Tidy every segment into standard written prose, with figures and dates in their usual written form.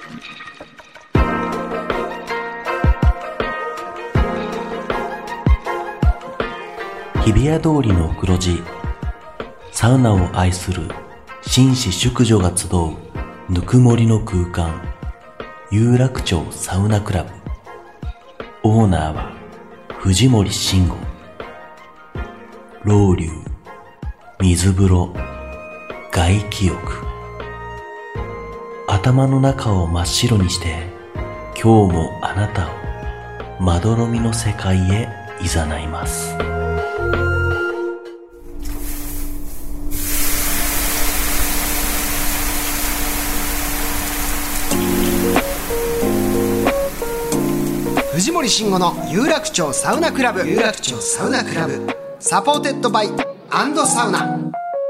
日比谷通りの黒字、サウナを愛する紳士淑女が集うぬくもりの空間、有楽町サウナクラブ。オーナーは藤森慎吾。ロウリュ、水風呂、外気浴。頭の中を真っ白にして、今日もあなたをまどろみの世界へ誘います。 藤森慎吾の有楽町サウナクラブ、有楽町サウナクラブ、サポーテッドバイアンドサウナ。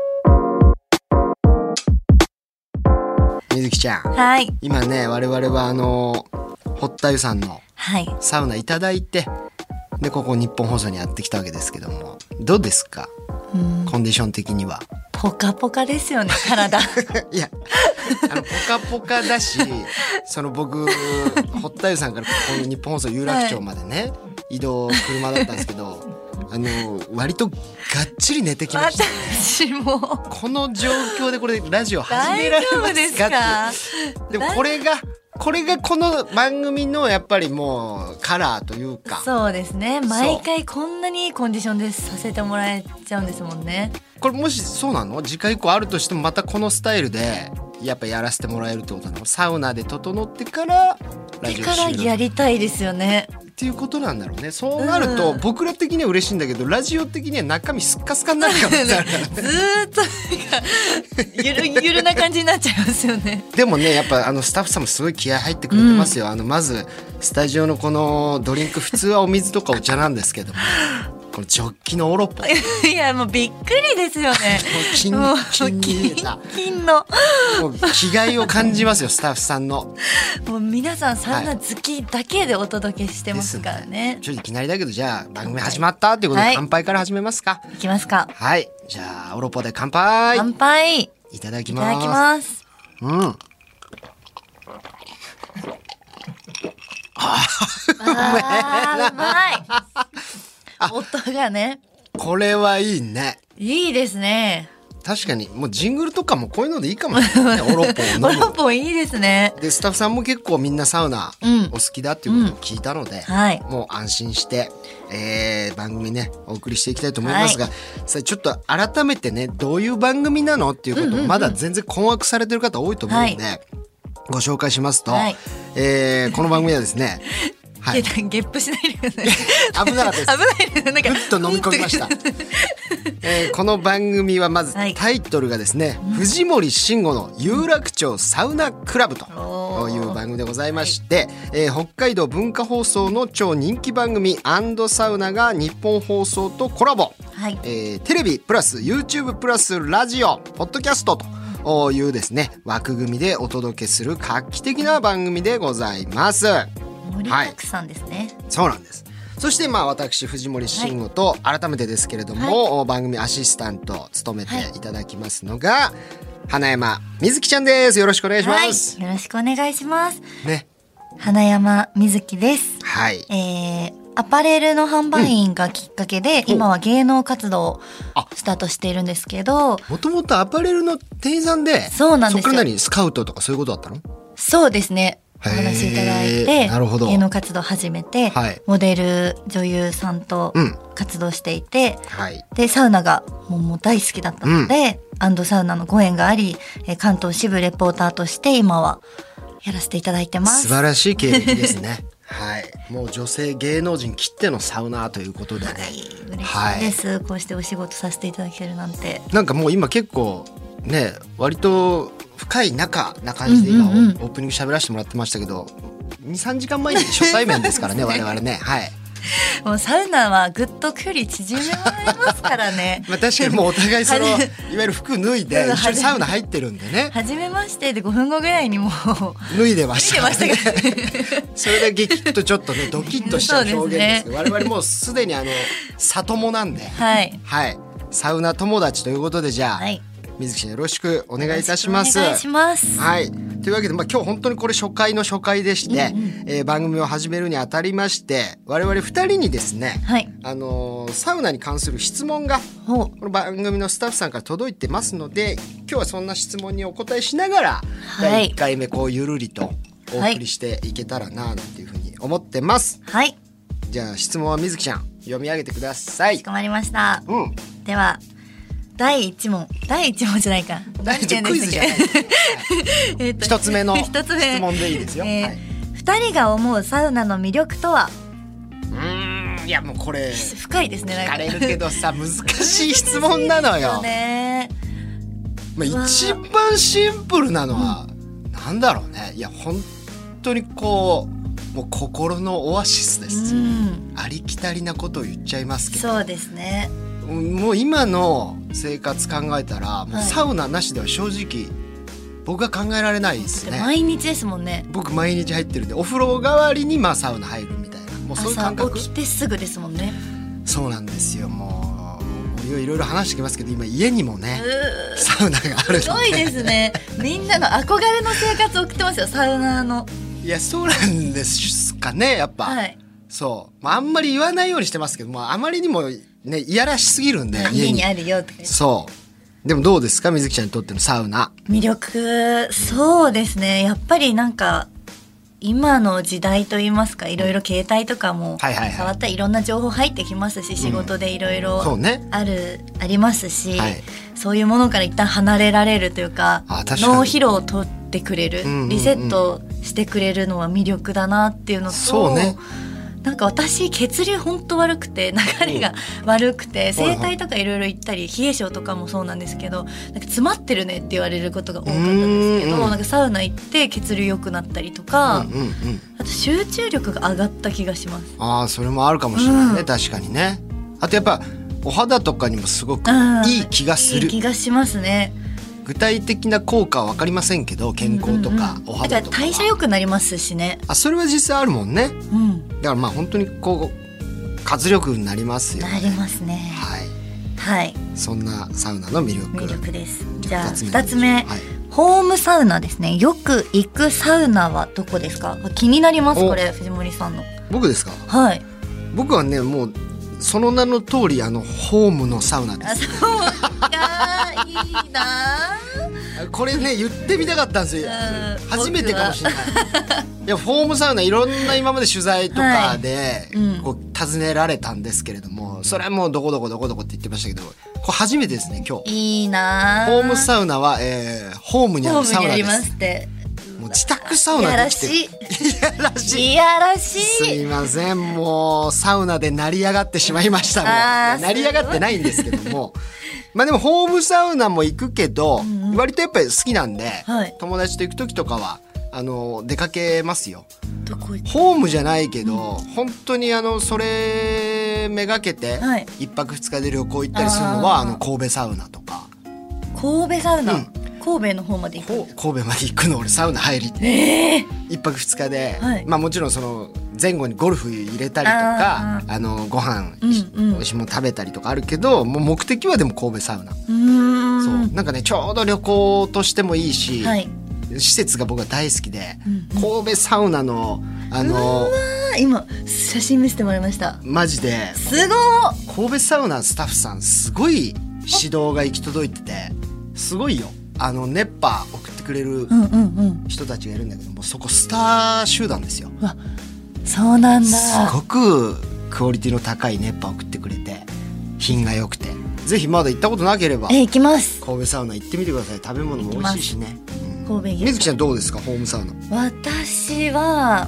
みずきちゃん、 はい、 今ね我々は堀田湯さんのサウナいただいて、でここ日本放送にやってきたわけですけども、どうですか、コンディション的には。 ポカポカですよね、体。 いやポカポカだし、僕堀田湯さんからここ日本放送有楽町までね、移動車だったんですけど、割とがっちり寝てきましたね。 私もこの状況でこれラジオ始められますかって。でもこれがこの番組のやっぱりもうカラーというか。 そうですね、毎回こんなにいいコンディションでさせてもらえちゃうんですもんね。 これもしそうなの、次回以降あるとしてもまたこのスタイルでやっぱやらせてもらえるってことなの？サウナで整ってからラジオ収録からやりたいですよねっていうことなんだろうね。そうなると、僕ら的には嬉しいんだけど、ラジオ的には中身スッカスカになるかもしれない。 ずーっとゆるゆるな感じになっちゃいますよね。 でもね、やっぱスタッフさんもすごい気合入ってくれてますよ。まずスタジオのこのドリンク、普通はお水とかお茶なんですけども、このジョッキのオロポいやもうびっくりですよね。 金に入れた金のもう気概を感じますよ、スタッフさんの。 もう皆さんサウナ好きだけでお届けしてますからね。 ちょっといきなりだけど、じゃあ番組始まったっていうことで乾杯から始めますか。 いきますか。 はい、じゃあオロポで乾杯。 乾杯。 いただきます。 いただきます。うまい。音がね、 これはいいね。 いいですね。 確かにもうジングルとかもこういうのでいいかもしれないね。オロポを飲む。 オロポいいですね。 でスタッフさんも結構みんなサウナお好きだっていうことを聞いたので、もう安心して、番組ねお送りしていきたいと思いますが、さあちょっと改めてね、どういう番組なのっていうことをまだ全然困惑されてる方多いと思うので、ご紹介しますと、この番組はですね、 ゲップしないでください。 危なかったです。 危ないです。なんかぐっと飲み込みました。この番組はまずタイトルがですね、藤森慎吾の有楽町サウナクラブという番組でございまして、北海道文化放送の超人気番組&サウナが日本放送とコラボ、テレビプラス YouTube プラスラジオポッドキャストというですね枠組みでお届けする画期的な番組でございます。 盛りだくさんですね。 そうなんです。そして私藤森慎吾と改めてですけれども、番組アシスタントを務めていただきますのが、花山瑞希ちゃんです。よろしくお願いします。 よろしくお願いしますね。 花山瑞希です。 はい。 アパレルの販売員がきっかけで、今は芸能活動をスタートしているんですけど、 もともとアパレルの店員さんで、 そうなんですよ。 そこからスカウトとかそういうことだったの？ そうですね。お話いただいて、芸能活動を始めて、モデル女優さんと活動していて、でサウナがもう大好きだったので、アンドサウナのご縁があり、関東支部レポーターとして今はやらせていただいてます。 素晴らしい経歴ですね。はい、もう女性芸能人きってのサウナーということでね、 嬉しいです、こうしてお仕事させていただけるなんて。 なんかもう今結構ね、割と深い仲な感じで今オープニング喋らせてもらってましたけど、2、3時間前に初対面ですからね。我々ね、 もうサウナはぐっと距離縮められますからね。 確かにもうお互いいわゆる服脱いで一緒にサウナ入ってるんでね。 初めましてで5分後ぐらいにもう脱いでましたからね。それだけ聞くとちょっとねドキッとした表現ですけど、我々もうすでに里友なんで、サウナ友達ということで、じゃあ、 水木ちゃんよろしくお願いいたします。 お願いします。 はい。というわけで、今日本当にこれ初回の初回でして、番組を始めるにあたりまして、我々2人にですね、はい、サウナに関する質問がこの番組のスタッフさんから届いてますので、今日はそんな質問にお答えしながら、第1回目こうゆるりとお送りしていけたらななんていうふうに思ってます。 はい。 じゃあ質問は水木ちゃん読み上げてください。 かしこまりました。では第1問じゃないか。 第1クイズじゃない。一つ目の質問でいいですよ。2 人が思うサウナの魅力とは。 いやもうこれ深いですね。 聞かれるけどさ、難しい質問なのよ。まあ一番シンプルなのはなんだろうね。いや本当にこうもう心のオアシスです。ありきたりなことを言っちゃいますけど。 そうですね。 もう今の生活考えたら、もうサウナなしでは正直僕は考えられないですね。 毎日ですもんね。 僕毎日入ってるんで、お風呂代わりにまあサウナ入るみたいな、もうそういう感覚。 朝起きてすぐですもんね。 そうなんですよ。もういろいろ話してきますけど、今家にもねサウナがあるので。 すごいですね。みんなの憧れの生活を送ってますよ、サウナーの。 いやそうなんですかね、やっぱ。はい、そう、まあ、あんまり言わないようにしてますけど、まあ、あまりにもね、いやらしすぎるんで。 家にあるよとか。 そう。でもどうですか、水木ちゃんにとってのサウナ。 魅力、そうですね。やっぱりなんか、今の時代といいますか、いろいろ携帯とかも触ったらいろんな情報入ってきますし、仕事でいろいろありますし、そういうものから一旦離れられるというか、脳疲労を取ってくれる、リセットしてくれるのは魅力だなっていうのと、 そうね。 なんか私血流ほんと悪くて、流れが悪くて、整体とかいろいろ行ったり、冷え性とかもそうなんですけど、なんか詰まってるねって言われることが多かったんですけど、なんかサウナ行って血流良くなったりとか、あと集中力が上がった気がします。 ああ、それもあるかもしれないね、確かにね。あとやっぱお肌とかにもすごくいい気がする。 いい気がしますね。 具体的な効果は分かりませんけど、健康とかお肌とか、 代謝良くなりますしね。 あ、それは実際あるもんね。だからまあ本当にこう活力になりますよね。 なりますね。はい。 そんなサウナの魅力です。じゃあ2つ目、ホームサウナですね。よく行くサウナはどこですか？気になります、これ藤森さんの。 僕ですか？ はい。 僕はね、もうその名の通りホームのサウナです。 そうか、いいな。 これね言ってみたかったんですよ。初めてかもしれない。いやホームサウナいろんな今まで取材とかでこう訪ねられたんですけれども、それはもうどこどこって言ってましたけど、これ初めてですね今日。 いいな。 ホームサウナは、ホームにあるサウナです。もう自宅サウナできてる。いやらしい。 すいません、もうサウナで成り上がってしまいましたね。成り上がってないんですけども。まあでもホームサウナも行くけど、割とやっぱり好きなんで、友達と行く時とかは出かけますよ。 どこ行く？ ホームじゃないけど、本当にそれめがけて一泊二日で旅行行ったりするのは神戸サウナとか。 神戸サウナ、神戸の方まで行く。 神戸まで行くの俺サウナ入り一泊二日で、まあもちろんその前後にゴルフ入れたりとか、ご飯美味しいもの食べたりとかあるけど、もう目的はでも神戸サウナ。そうなんかね、ちょうど旅行としてもいいし、施設が僕は大好きで、神戸サウナの今写真見せてもらいました。 マジですごい。神戸サウナスタッフさんすごい指導が行き届いてて、すごいよ。熱波送ってくれる人たちがいるんだけども、そこスター集団ですよ。 そうなんだ。 すごくクオリティの高い熱波送ってくれて、品が良くて、ぜひまだ行ったことなければ行きます。 神戸サウナ行ってみてください。食べ物も美味しいしね。 神戸。 水木ちゃんどうですか、ホームサウナ？ 私は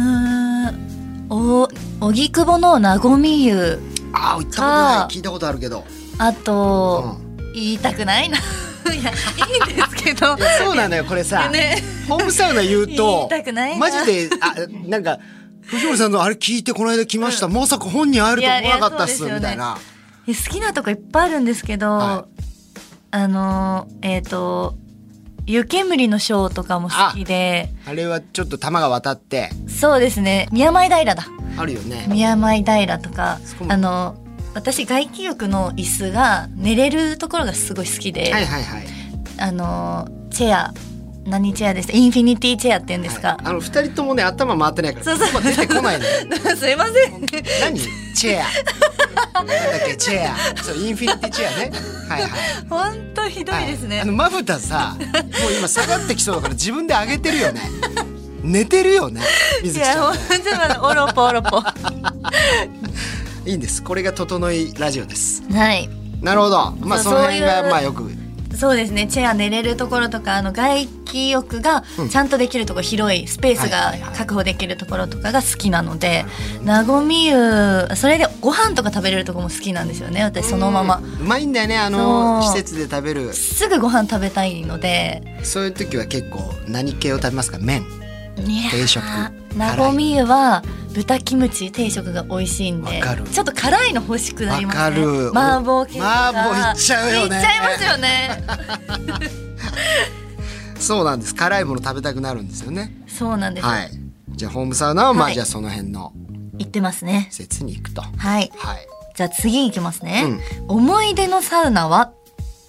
荻窪のなごみ湯。 行ったことない。聞いたことあるけど。 あと、言いたくないな。いや、いいんですけど。 そうなのよ、これさ、ホームサウナ言うとマジでなんか藤森さんのあれ聞いてこの間来ました、まさか本人会えると思わなかったっすみたいな。 好きなとこいっぱいあるんですけど、湯煙のショーとかも好きで。 あれはちょっと玉が渡って。 そうですね、宮前平だ。 あるよね、 宮前平とか。私外気浴の椅子が寝れるところがすごい好きで、 チェア何チェアでした？インフィニティチェアって言うんですか？ はい、2人ともね頭回ってないからそう出てこないのすいません何チェアなんだっけチェアそうインフィニティチェアねはいはい本当ひどいですね、 まぶたさもう今下がってきそうだから自分で上げてるよね寝てるよね水木ちゃん。いや本当オロポオロポいいんです、これが整いラジオです。 はい、 なるほど。まあその辺がまあよくそうですね、チェア寝れるところとか外気浴がちゃんとできるところ、広いスペースが確保できるところとかが好きなので、なごみ湯それでご飯とか食べれるところも好きなんですよね。私そのままうまいんだよね施設で食べるすぐご飯食べたいので。そういう時は結構何系を食べますか？麺定食なごみ湯は豚キムチ定食が美味しいんでちょっと辛いの欲しくなりますね。麻婆系とか麻婆いっちゃうよね。 いっちゃいますよねそうなんです、辛いもの食べたくなるんですよね。 そうなんです、 はい、じゃあホームサウナはまあ、じゃあその辺の行ってますね。 施設に行くと。 はい、はい、じゃあ次行きますね、思い出のサウナは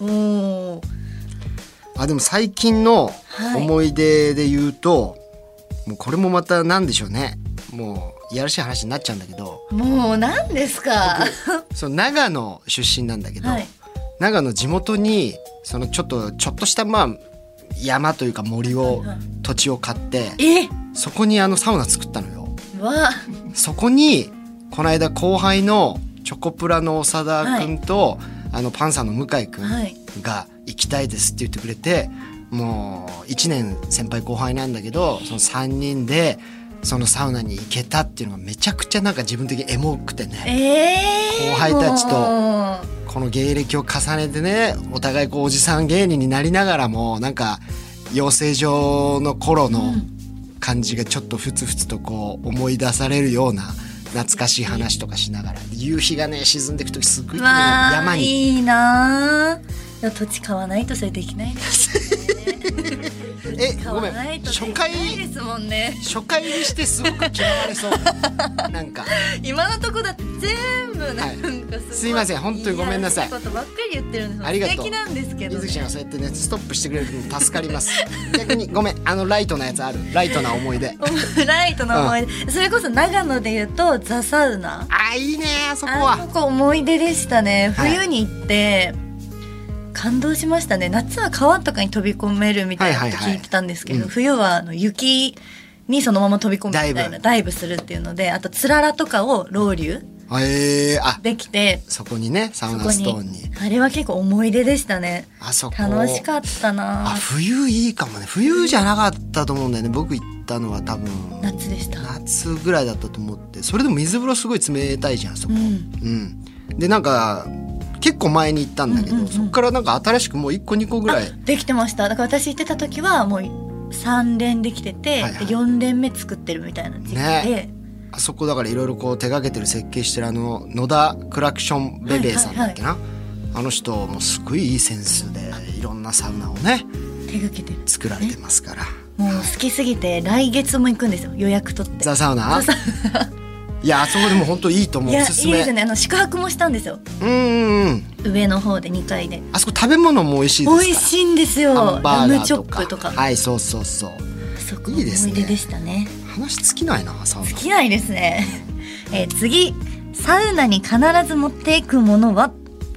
でも最近の思い出で言うと、もうこれもまた何でしょうね、もういやらしい話になっちゃうんだけど、 もう何ですかそう長野出身なんだけど、長野地元にそのちょっとしたまあ山というか森を、土地を買ってそこにサウナ作ったのよ。そこにこの間後輩のチョコプラの長田くんと、パンサーの向井くんが行きたいですって言ってくれて、もう1年先輩後輩なんだけどその3人でそのサウナに行けたっていうのがめちゃくちゃなんか自分的にエモくてね、後輩たちとこの芸歴を重ねてね、お互いこうおじさん芸人になりながらもなんか養成所の頃の感じがちょっとふつふつとこう思い出されるような懐かしい話とかしながら、夕日がね沈んでいく時すごい山にいいな。土地買わないとそれできないですねごめん初回ですもんね。 初回にしてすごく嫌われそうなんか今のところだって全部なんかすいません本当にごめんなさい。 ことばっかり言ってるんです。 ありがとう。 素敵なんですけど、ね、 水木ちゃんがそうやってねストップしてくれるの助かります逆にごめんライトなやつある？ライトな思い出ライトな思い出、それこそ長野で言うとザサウナ。 いいねあそこは。 あそこ思い出でしたね。冬に行って、感動しましたね。夏は川とかに飛び込めるみたいなこと聞いてたんですけど、冬は雪にそのまま飛び込むみたいなダイブするっていうので、あとつららとかをロウリュできて、 そこにねサウナストーンにあれは結構思い出でしたね。 あそこ楽しかったな。 冬いいかもね。冬じゃなかったと思うんだよね。僕行ったのは多分夏でした。 夏ぐらいだったと思って、それでも水風呂すごい冷たいじゃんそこ、でなんか結構前に行ったんだけど、そこからなんか新しくもう1個2個ぐらいできてました。だから私行ってた時はもう3連できてて、4連目作ってるみたいな時期で、 あそこだからいろいろこう手掛けてる設計してる野田クラクションベベーさんだっけな、あの人もすごいいいセンスでいろんなサウナをね手掛けてる作られてますから、 もう好きすぎて来月も行くんですよ、予約取って。 ザサウナいやあそこでも本当いいと思う。おすすめ。いいですね。宿泊もしたんですよ。上の方で2階で。 あそこ食べ物も美味しいですか？ 美味しいんですよ。ラムチョップとか。 はいそうそうそう。 そこいいですね。思い出でしたね。 話尽きないなサウナ。 尽きないですね。次サウナに必ず持っていくものは？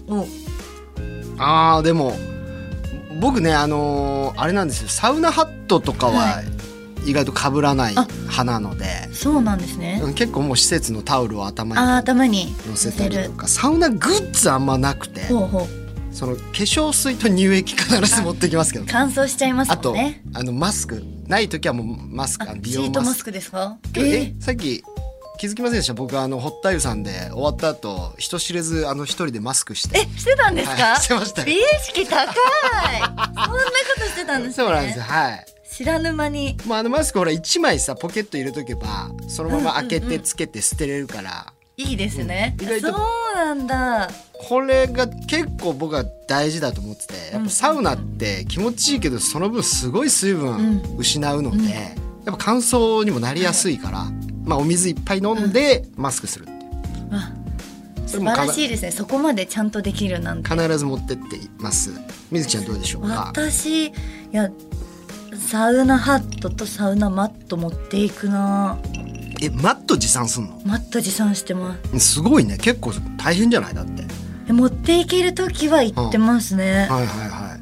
でも僕ねあれなんですよ、サウナハットとかは意外と被らない派なので。 そうなんですね。 結構もう施設のタオルを頭に乗せたりとか、サウナグッズあんまなくて、その化粧水と乳液必ず持ってきますけど、 乾燥しちゃいますもんね。 あとマスクない時はもうマスク、 美容マスク。シートマスクですか？ さっき気づきませんでした？僕堀田湯さんで終わった後人知れず一人でマスクして。 してたんですか？ してました。 美意識高いそんなことしてたんですね。 そうなんですよ。はい知らぬ間に。 マスクほら1枚さポケット入れとけばそのまま開けてつけて捨てれるから、 いいですね、そうなんだ。 これが結構僕は大事だと思ってて、やっぱサウナって気持ちいいけどその分すごい水分失うので、やっぱ乾燥にもなりやすいから、お水いっぱい飲んでマスクするっていう、 素晴らしいですね。そこまでちゃんとできるなんて。 必ず持ってっています。水木ちゃんどうでしょうか。 私サウナハットとサウナマット持っていくな。 マット持参すんの？ マット持参してます。 すごいね。結構大変じゃない？だって持っていける時は行ってますね、 はいはいはい。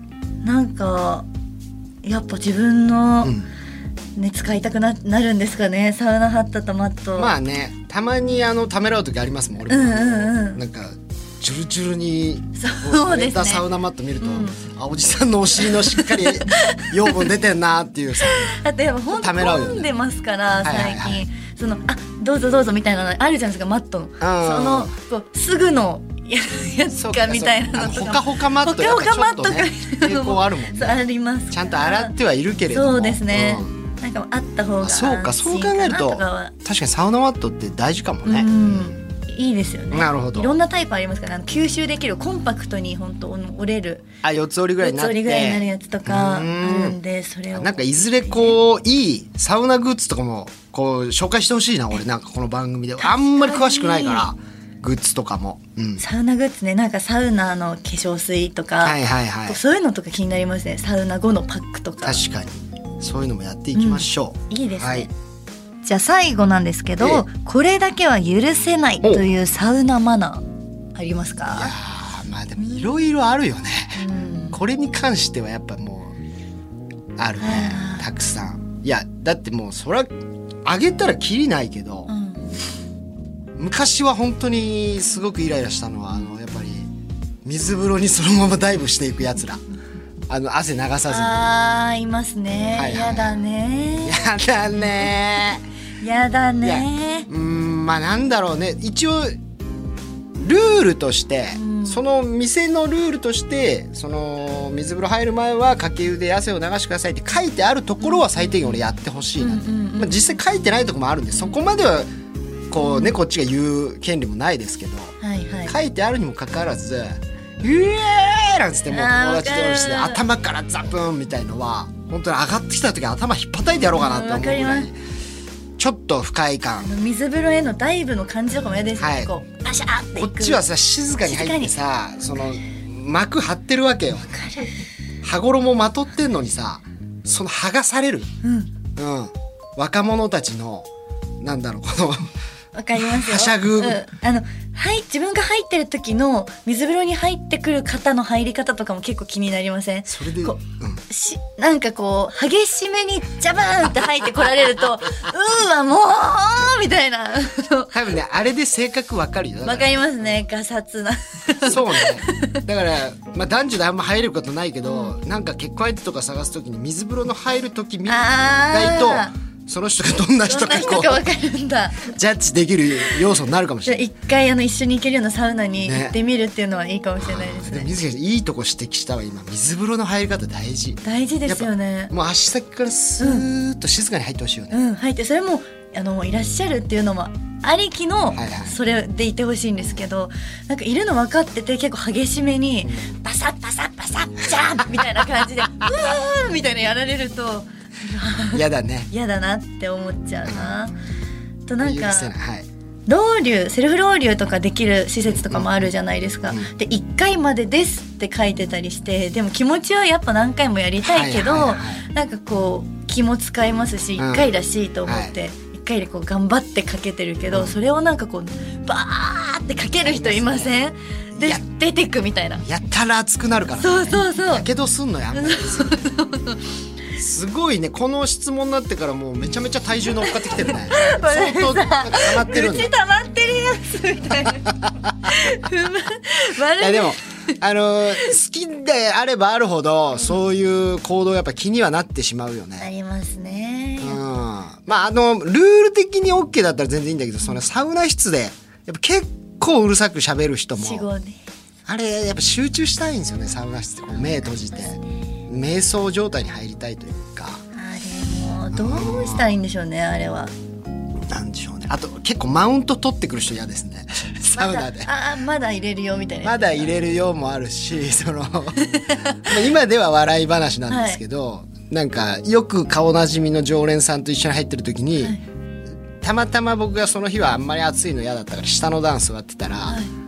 なんかやっぱ自分の、使いたくなるんですかね、サウナハットとマット。 まあね、たまにためらう時ありますもん俺も、なんかジュルジュルにそうですね、 サウナマット見ると、おじさんのお尻のしっかり養分出てんなっていうさ。 だってやっぱ本当混んでますから最近、そのどうぞどうぞみたいなのあるじゃないですか、マットのそのこうすぐのやつかみたいなのとか、 ほかほかマットやっぱちょっとね抵抗あるもんね。 あります。 ちゃんと洗ってはいるけれども。 そうですね、なんかあった方が安心かなとかは。 そう考えると確かにサウナマットって大事かもね。 いいですよね。 なるほど。 いろんなタイプありますから、吸収できるコンパクトに本当折れる 4つ折りぐらいになって、4つ折りぐらいになるやつとかあるんで、それをなんかいずれこういいサウナグッズとかもこう紹介してほしいな。俺なんかこの番組であんまり詳しくないからグッズとかも、 サウナグッズね、なんかサウナの化粧水とか、そういうのとか気になりますね。サウナ後のパックとか。 確かにそういうのもやっていきましょう、 いいですね、じゃあ最後なんですけど、これだけは許せないというサウナマナーありますか？ いやまあでもいろいろあるよね、これに関してはやっぱもうあるね、たくさん。いやだってもうそれはあげたらキリないけど、昔は本当にすごくイライラしたのはやっぱり水風呂にそのままダイブしていくやつら、汗流さずに。 いますね。やだね。 やだね。 やだね。 まあなんだろうね、一応ルールとして、その店のルールとしてその水風呂入る前はかけ湯で汗を流してくださいって書いてあるところは最低限俺やってほしいな、実際書いてないところもあるんで、そこまではこうね、こっちが言う権利もないですけど、書いてあるにもかかわらず「うえー!」なんつってもう友達同士で頭からザプンみたいのは本当に上がってきた時頭引っ叩いてやろうかなって思うぐらいちょっと不快感。 水風呂へのダイブの感じとかも嫌ですね、こうパシャーっていく。 こっちはさ静かに入ってさ、その膜張ってるわけよ。羽衣まとってんのにさ、その剥がされる、若者たちのなんだろう、このわかりますよ。 はしゃぐ、 自分が入ってる時の水風呂に入ってくる方の入り方とかも結構気になりません？ それでなんかこう激しめにジャバーンって入ってこられるとわもうみたいな多分ね、あれで性格わかるよ。 わかりますね、ガサツなそうね。だから、まあ、男女であんま入ることないけど、なんか結婚相手とか探す時に水風呂の入る時見ないとその人がどんな人かこう分かるんだジャッジできる要素になるかもしれない。 一回一緒に行けるようなサウナに行ってみるっていうのはいいかもしれないですね。 水木さんいいとこ指摘したわ。今水風呂の入り方大事ですよね。 もう足先からスーッと静かに入ってほしいよね、 入って、それもいらっしゃるっていうのもありきのそれでいてほしいんですけど、なんかいるの分かってて結構激しめにバサッバサッバサッジャンプみたいな感じでうわーみたいなやられると嫌だね。 嫌だなって思っちゃうな。となんかロウリュセルフロウリュとかできる施設とかもあるじゃないですか、で1回までですって書いてたりして、でも気持ちはやっぱ何回もやりたいけど、なんかこう気も使いますし1回らしいと思って、1回でこう頑張ってかけてるけど、それをなんかこうバーってかける人いません？で出てくみたいな。 やったら熱くなるからね。 そうやけどすんのや。すごいね、この質問になってからもうめちゃめちゃ体重乗っかってきてるね。相当なんか溜まってるんだ。 うち溜まってるやつみたいな。 いやでも好きであればあるほどそういう行動やっぱ気にはなってしまうよね。 ありますね。 まあルール的に OK だったら全然いいんだけど、そのサウナ室でやっぱ結構うるさく喋る人も、あれやっぱ集中したいんですよね。サウナ室でこう目閉じて瞑想状態に入りたいというか。 あれもどうしたらいいんでしょうね、あれは。 なんでしょうね。あと結構マウント取ってくる人嫌ですね。サウナでまだ入れるよみたいな。 まだ入れるよもあるし、今では笑い話なんですけど、なんかよく顔なじみの常連さんと一緒に入ってる時に、たまたま僕がその日はあんまり暑いの嫌だったから下の段座ってたら、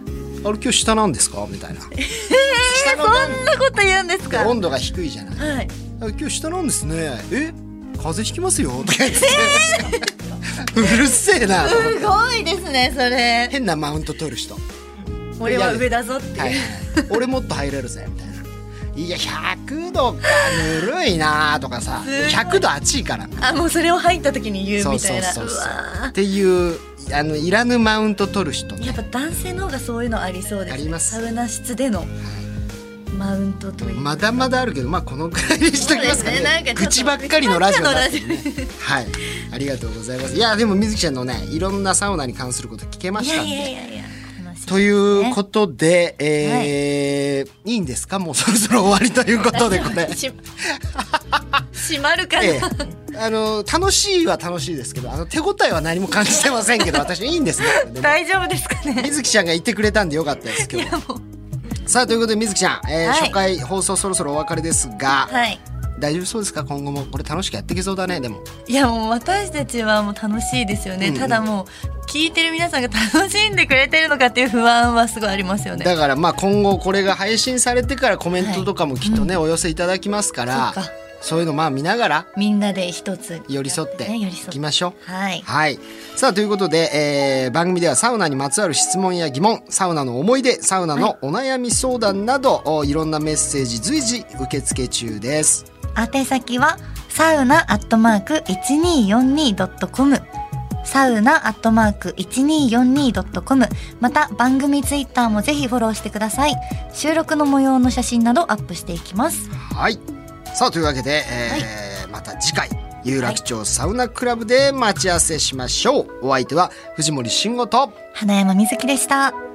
あれ今日下なんですかみたいな。 そんなこと言うんですか。 温度が低いじゃない、はい、今日下なんですね。風邪ひきますよとか言って、うるせえな。 すごいですねそれ。 変なマウント取る人。 俺は上だぞっていう、はい、 俺もっと入れるぜみたいな。いや100度かぬるいなとかさ、100度暑いから、 もうそれを入った時に言うみたいな。 そうっていういらぬマウント取る人、ね、 やっぱ男性の方がそういうのありそうですね。 あります。 サウナ室でのマウントというまだまだあるけど、このくらいにしときますかね。口ばっかりのラジオだってね。はい、ありがとうございます。いやでも水木ちゃんのねいろんなサウナに関すること聞けましたんで。いやということで、いいんですか、もうそろそろ終わりということで、これ閉まるかな。 楽しいは楽しいですけど、手応えは何も感じてませんけど、私いいんですね。 大丈夫ですかね。 水木ちゃんが言ってくれたんでよかったですけど。さあということで水木ちゃん、初回放送そろそろお別れですが、大丈夫そうですか。今後もこれ楽しくやっていけそうだね。でもいやもう私たちはもう楽しいですよね、ただもう聞いてる皆さんが楽しんでくれてるのかっていう不安はすごいありますよね。 だから今後これが配信されてからコメントとかもきっとね、お寄せいただきますから、そういうの見ながらみんなで一つ寄り添っていきましょう。 はい、 さあということで、番組ではサウナにまつわる質問や疑問、サウナの思い出、サウナのお悩み相談など、いろんなメッセージ随時受付中です。 宛先はサウナ@1242.com、サウナ@1242.com、また番組ツイッターもぜひフォローしてください。収録の模様の写真などアップしていきます。 はい、さあというわけで、また次回有楽町サウナクラブで待ち合わせしましょう。お相手は藤森慎吾と花山瑞希でした。